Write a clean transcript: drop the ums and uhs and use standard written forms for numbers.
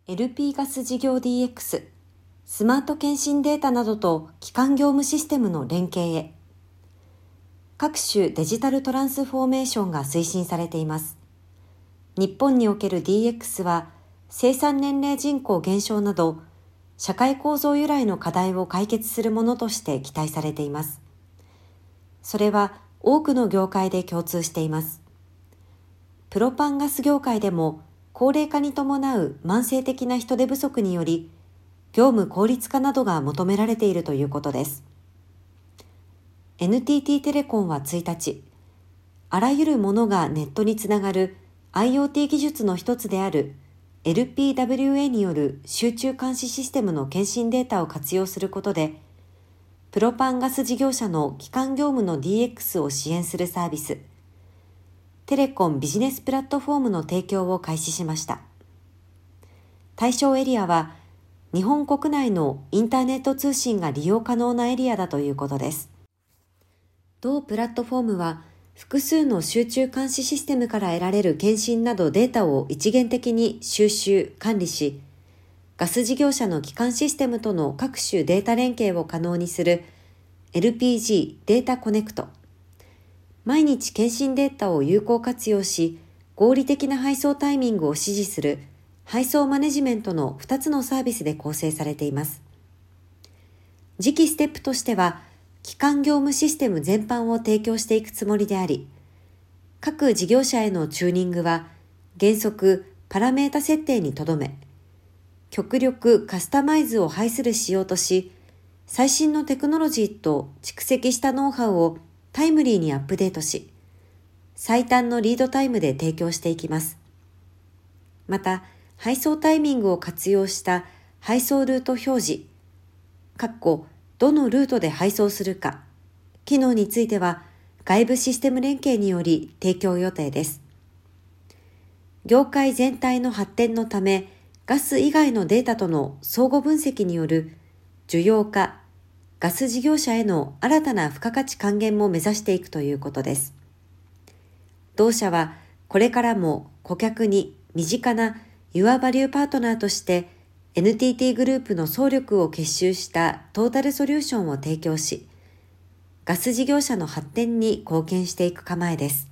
LP ガス事業 DX、スマート検診データなどと基幹業務システムの連携へ。各種デジタルトランスフォーメーションが推進されています。日本における DX は、生産年齢人口減少など、社会構造由来の課題を解決するものとして期待されています。それは多くの業界で共通しています。プロパンガス業界でも、高齢化に伴う慢性的な人手不足により、業務効率化などが求められているということです。NTT テレコンは1日、あらゆるものがネットにつながる IoT 技術の一つである LPWA による集中監視システムの検診データを活用することで、プロパンガス事業者の基幹業務の DX を支援するサービス、テレコンビジネスプラットフォームの提供を開始しました。対象エリアは、日本国内のインターネット通信が利用可能なエリアだということです。同プラットフォームは、複数の集中監視システムから得られる検診などデータを一元的に収集・管理し、ガス事業者の基幹システムとの各種データ連携を可能にする LPG データコネクト、毎日検診データを有効活用し、合理的な配送タイミングを指示する配送マネジメントの2つのサービスで構成されています。次期ステップとしては、基幹業務システム全般を提供していくつもりであり、各事業者へのチューニングは原則パラメータ設定にとどめ、極力カスタマイズを排するしようとし、最新のテクノロジーと蓄積したノウハウをタイムリーにアップデートし、最短のリードタイムで提供していきます。また、配送タイミングを活用した配送ルート表示、どのルートで配送するか、機能については外部システム連携により提供予定です。業界全体の発展のため、ガス以外のデータとの相互分析による需要化、ガス事業者への新たな付加価値還元も目指していくということです。同社はこれからも顧客に身近なユアバリューパートナーとして NTT グループの総力を結集したトータルソリューションを提供し、ガス事業者の発展に貢献していく構えです。